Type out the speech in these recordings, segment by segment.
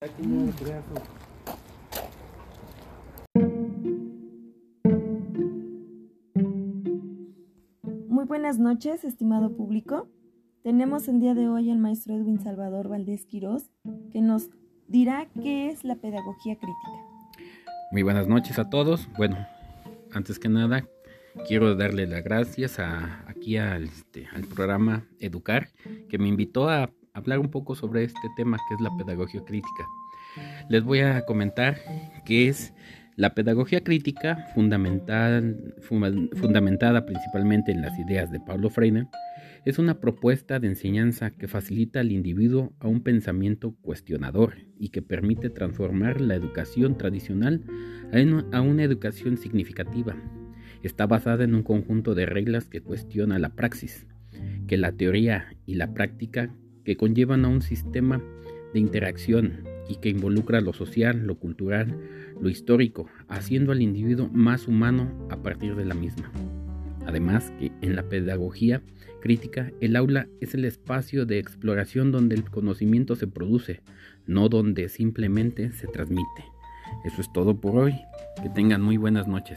Muy buenas noches, estimado público. Tenemos el día de hoy al maestro Edwin Salvador Valdés Quirós, que nos dirá qué es la pedagogía crítica. Muy buenas noches a todos. Bueno, antes que nada, quiero darle las gracias aquí al programa Educar, que me invitó a hablar un poco sobre este tema que es la pedagogía crítica. Les voy a comentar qué es la pedagogía crítica, fundamentada principalmente en las ideas de Paulo Freire. Es una propuesta de enseñanza que facilita al individuo a un pensamiento cuestionador y que permite transformar la educación tradicional a una educación significativa. Está basada en un conjunto de reglas que cuestiona la praxis, que la teoría y la práctica que conllevan a un sistema de interacción y que involucra lo social, lo cultural, lo histórico, haciendo al individuo más humano a partir de la misma. Además, que en la pedagogía crítica, el aula es el espacio de exploración donde el conocimiento se produce, no donde simplemente se transmite. Eso es todo por hoy. Que tengan muy buenas noches.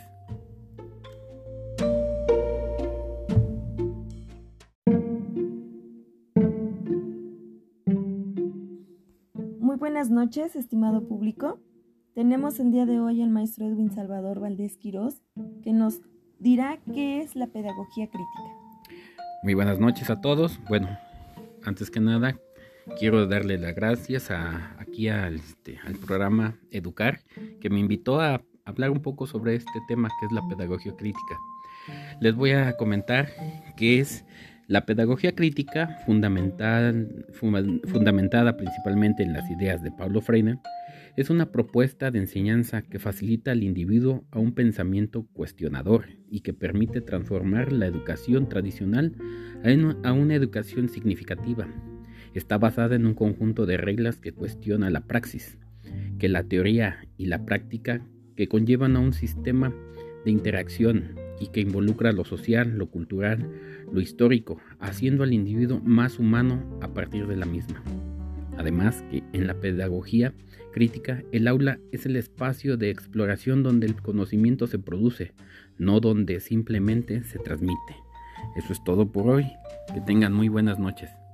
Muy buenas noches, estimado público. Tenemos el día de hoy al maestro Edwin Salvador Valdés Quirós, que nos dirá qué es la pedagogía crítica. Muy buenas noches a todos. Bueno, antes que nada, quiero darle las gracias aquí al programa Educar, que me invitó a hablar un poco sobre este tema que es la pedagogía crítica. Les voy a comentar qué es la pedagogía crítica, fundamentada principalmente en las ideas de Paulo Freire. Es una propuesta de enseñanza que facilita al individuo a un pensamiento cuestionador y que permite transformar la educación tradicional a una educación significativa. Está basada en un conjunto de reglas que cuestiona la praxis, que la teoría y la práctica que conllevan a un sistema de interacción y que involucra lo social, lo cultural, lo histórico, haciendo al individuo más humano a partir de la misma. Además, que en la pedagogía crítica, el aula es el espacio de exploración donde el conocimiento se produce, no donde simplemente se transmite. Eso es todo por hoy. Que tengan muy buenas noches.